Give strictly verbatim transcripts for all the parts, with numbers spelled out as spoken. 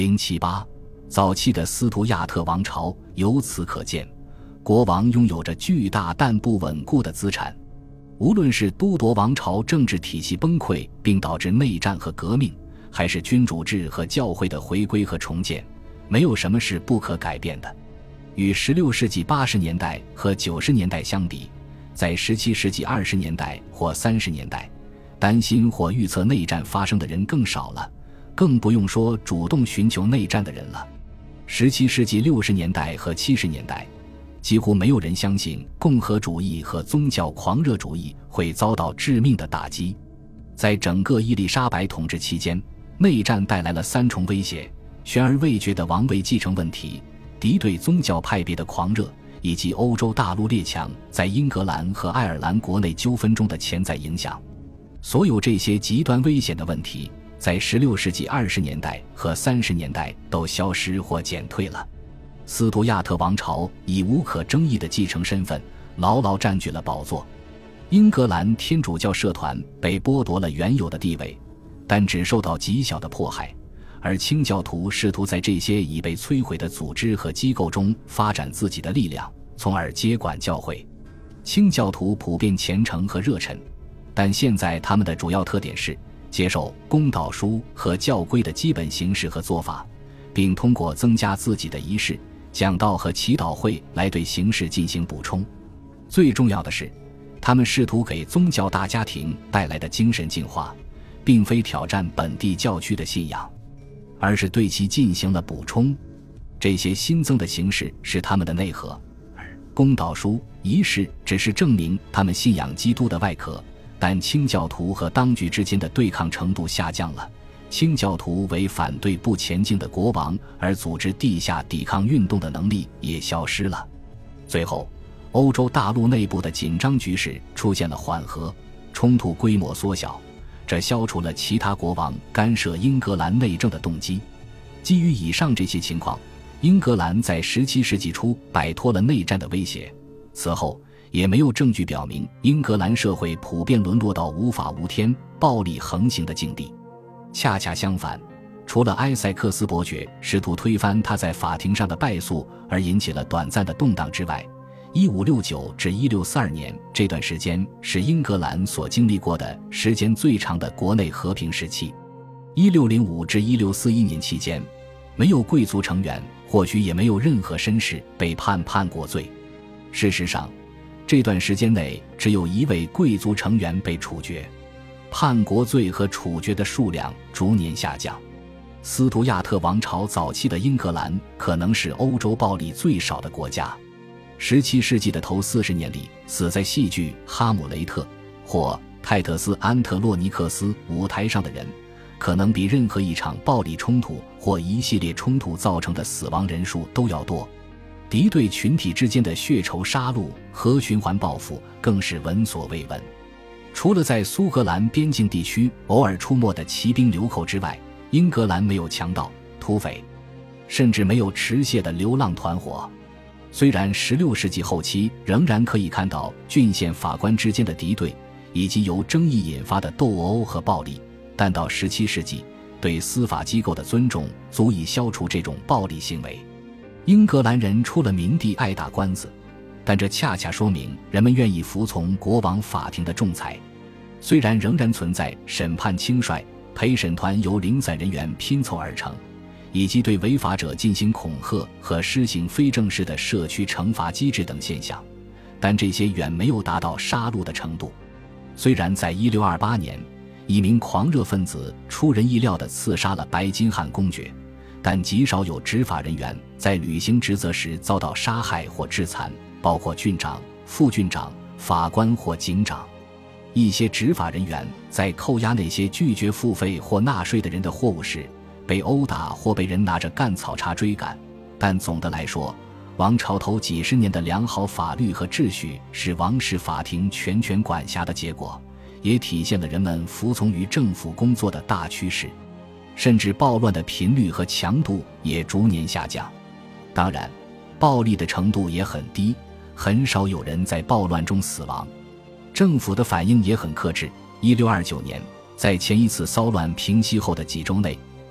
零七八，早期的斯图亚特王朝，由此可见，国王拥有着巨大但不稳固的资产。无论是都铎王朝政治体系崩溃并导致内战和革命，还是君主制和教会的回归和重建，没有什么是不可改变的。与十六世纪八十年代和九十年代相比，在十七世纪二十年代或三十年代，担心或预测内战发生的人更少了，更不用说主动寻求内战的人了。十七世纪六十年代和七十年代，几乎没有人相信共和主义和宗教狂热主义会遭到致命的打击。在整个伊丽莎白统治期间，内战带来了三重威胁：悬而未决的王位继承问题、敌对宗教派别的狂热，以及欧洲大陆列强在英格兰和爱尔兰国内纠纷中的潜在影响。所有这些极端危险的问题，在十六世纪二十年代和三十年代都消失或减退了。斯图亚特王朝以无可争议的继承身份牢牢占据了宝座。英格兰天主教社团被剥夺了原有的地位，但只受到极小的迫害，而清教徒试图在这些已被摧毁的组织和机构中发展自己的力量，从而接管教会。清教徒普遍虔诚和热忱，但现在他们的主要特点是接受公祷书和教规的基本形式和做法，并通过增加自己的仪式、讲道和祈祷会来对形式进行补充。最重要的是，他们试图给宗教大家庭带来的精神净化，并非挑战本地教区的信仰，而是对其进行了补充。这些新增的形式是他们的内核，而公祷书、仪式只是证明他们信仰基督的外壳。但清教徒和当局之间的对抗程度下降了，清教徒为反对不前进的国王而组织地下抵抗运动的能力也消失了。最后，欧洲大陆内部的紧张局势出现了缓和，冲突规模缩小，这消除了其他国王干涉英格兰内政的动机。基于以上这些情况，英格兰在十七世纪初摆脱了内战的威胁。此后也没有证据表明英格兰社会普遍沦落到无法无天、暴力横行的境地。恰恰相反，除了埃塞克斯伯爵试图推翻他在法庭上的败诉而引起了短暂的动荡之外，一五六九至一六四二年这段时间是英格兰所经历过的时间最长的国内和平时期。一六零五至一六四一年期间，没有贵族成员，或许也没有任何绅士被判叛国罪。事实上，这段时间内只有一位贵族成员被处决，叛国罪和处决的数量逐年下降。斯图亚特王朝早期的英格兰可能是欧洲暴力最少的国家。十七世纪的头四十年里，死在戏剧《哈姆雷特》或泰特斯安特洛尼克斯舞台上的人，可能比任何一场暴力冲突或一系列冲突造成的死亡人数都要多。敌对群体之间的血仇杀戮和循环报复更是闻所未闻。除了在苏格兰边境地区偶尔出没的骑兵流寇之外，英格兰没有强盗、土匪，甚至没有持械的流浪团伙。虽然十六世纪后期仍然可以看到郡县法官之间的敌对，以及由争议引发的斗殴和暴力，但到十七世纪，对司法机构的尊重足以消除这种暴力行为。英格兰人出了名地爱打官司，但这恰恰说明人们愿意服从国王法庭的仲裁。虽然仍然存在审判轻率、陪审团由零散人员拼凑而成，以及对违法者进行恐吓和施行非正式的社区惩罚机制等现象，但这些远没有达到杀戮的程度。虽然在一六二八年，一名狂热分子出人意料地刺杀了白金汉公爵，但极少有执法人员在履行职责时遭到杀害或致残，包括郡长、副郡长、法官或警长。一些执法人员在扣押那些拒绝付费或纳税的人的货物时，被殴打或被人拿着干草叉追赶，但总的来说，王朝头几十年的良好法律和秩序是王室法庭全权管辖的结果，也体现了人们服从于政府工作的大趋势。甚至暴乱的频率和强度也逐年下降。当然，暴力的程度也很低，很少有人在暴乱中死亡。政府的反应也很克制。一六二九年，在前一次骚乱平息后的几周内，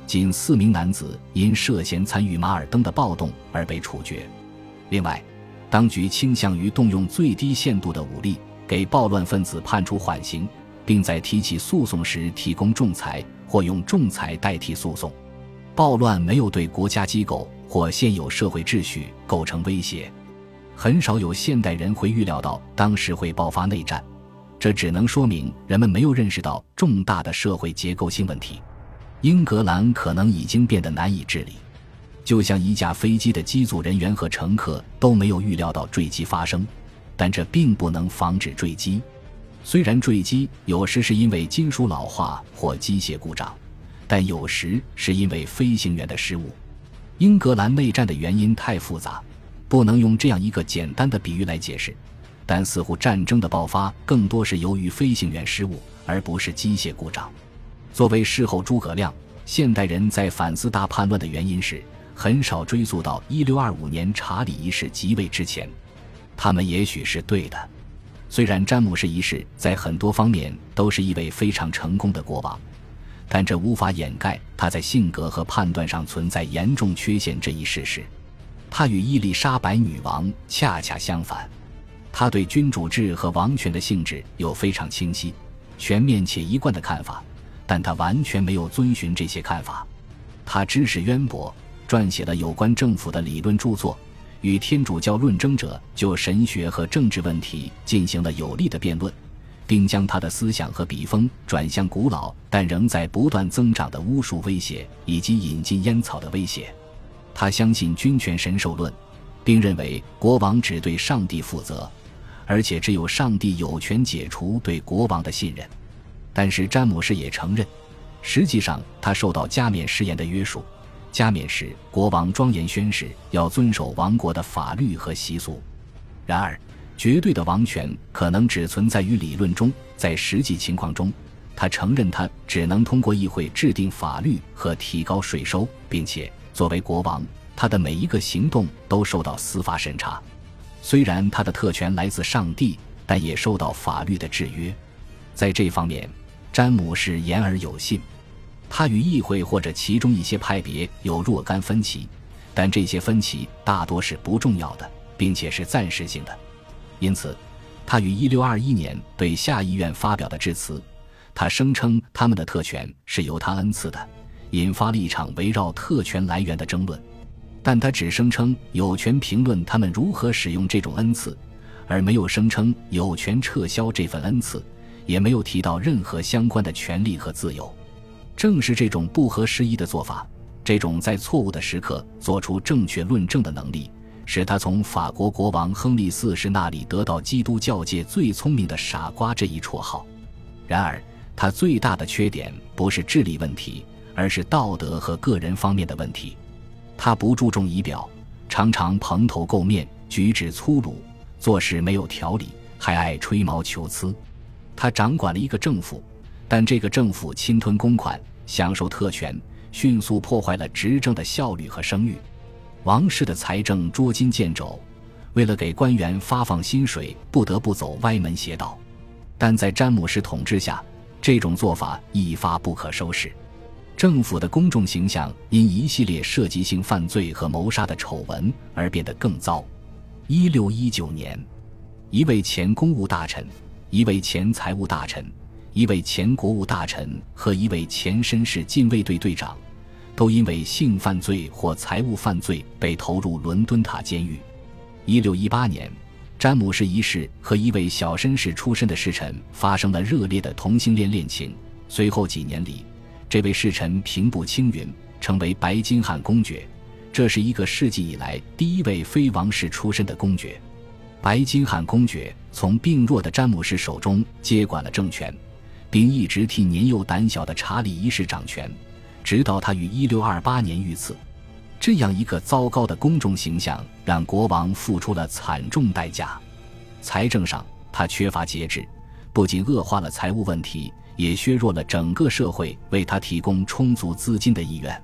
仅四名男子因涉嫌参与马尔登的暴动而被处决。另外，当局倾向于动用最低限度的武力，给暴乱分子判处缓刑，并在提起诉讼时提供仲裁或用仲裁代替诉讼。暴乱没有对国家机构或现有社会秩序构成威胁。很少有现代人会预料到当时会爆发内战，这只能说明人们没有认识到重大的社会结构性问题。英格兰可能已经变得难以治理，就像一架飞机的机组人员和乘客都没有预料到坠机发生，但这并不能防止坠机。虽然坠机有时是因为金属老化或机械故障，但有时是因为飞行员的失误。英格兰内战的原因太复杂，不能用这样一个简单的比喻来解释，但似乎战争的爆发更多是由于飞行员失误，而不是机械故障。作为事后诸葛亮，现代人在反思大叛乱的原因时，很少追溯到一六二五年查理一世即位之前。他们也许是对的。虽然詹姆士一世在很多方面都是一位非常成功的国王，但这无法掩盖他在性格和判断上存在严重缺陷这一事实。他与伊丽莎白女王恰恰相反，他对君主制和王权的性质有非常清晰、全面且一贯的看法，但他完全没有遵循这些看法。他知识渊博，撰写了有关政府的理论著作，与天主教论争者就神学和政治问题进行了有力的辩论，并将他的思想和笔锋转向古老但仍在不断增长的巫术威胁以及引进烟草的威胁。他相信君权神授论，并认为国王只对上帝负责，而且只有上帝有权解除对国王的信任。但是詹姆士也承认，实际上他受到加冕誓言的约束。加冕时，国王庄严宣誓要遵守王国的法律和习俗。然而，绝对的王权可能只存在于理论中，在实际情况中，他承认他只能通过议会制定法律和提高税收，并且作为国王，他的每一个行动都受到司法审查。虽然他的特权来自上帝，但也受到法律的制约。在这方面，詹姆士言而有信。他与议会或者其中一些派别有若干分歧，但这些分歧大多是不重要的，并且是暂时性的。因此，他于一六二一年对下议院发表的致辞，他声称他们的特权是由他恩赐的，引发了一场围绕特权来源的争论。但他只声称有权评论他们如何使用这种恩赐，而没有声称有权撤销这份恩赐，也没有提到任何相关的权利和自由。正是这种不合时宜的做法，这种在错误的时刻做出正确论证的能力，使他从法国国王亨利四世那里得到基督教界最聪明的傻瓜这一绰号。然而，他最大的缺点不是智力问题，而是道德和个人方面的问题。他不注重仪表，常常蓬头垢面，举止粗鲁，做事没有条理，还爱吹毛求疵。他掌管了一个政府，但这个政府侵吞公款，享受特权，迅速破坏了执政的效率和声誉。王室的财政捉襟见肘，为了给官员发放薪水，不得不走歪门邪道。但在詹姆士统治下，这种做法一发不可收拾。政府的公众形象因一系列涉及性犯罪和谋杀的丑闻而变得更糟。一六一九年，一位前公务大臣、一位前财务大臣、一位前国务大臣和一位前绅士禁卫队队长都因为性犯罪或财务犯罪被投入伦敦塔监狱。一六一八年，詹姆士一世和一位小绅士出身的侍臣发生了热烈的同性恋恋情，随后几年里，这位侍臣平步青云，成为白金汉公爵，这是一个世纪以来第一位非王室出身的公爵。白金汉公爵从病弱的詹姆士手中接管了政权，并一直替年幼胆小的查理一世掌权，直到他于一六二八年遇刺。这样一个糟糕的公众形象让国王付出了惨重代价。财政上，他缺乏节制，不仅恶化了财务问题，也削弱了整个社会为他提供充足资金的意愿。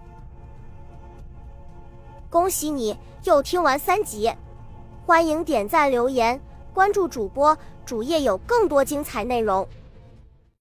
恭喜你又听完三集，欢迎点赞留言，关注主播，主页有更多精彩内容。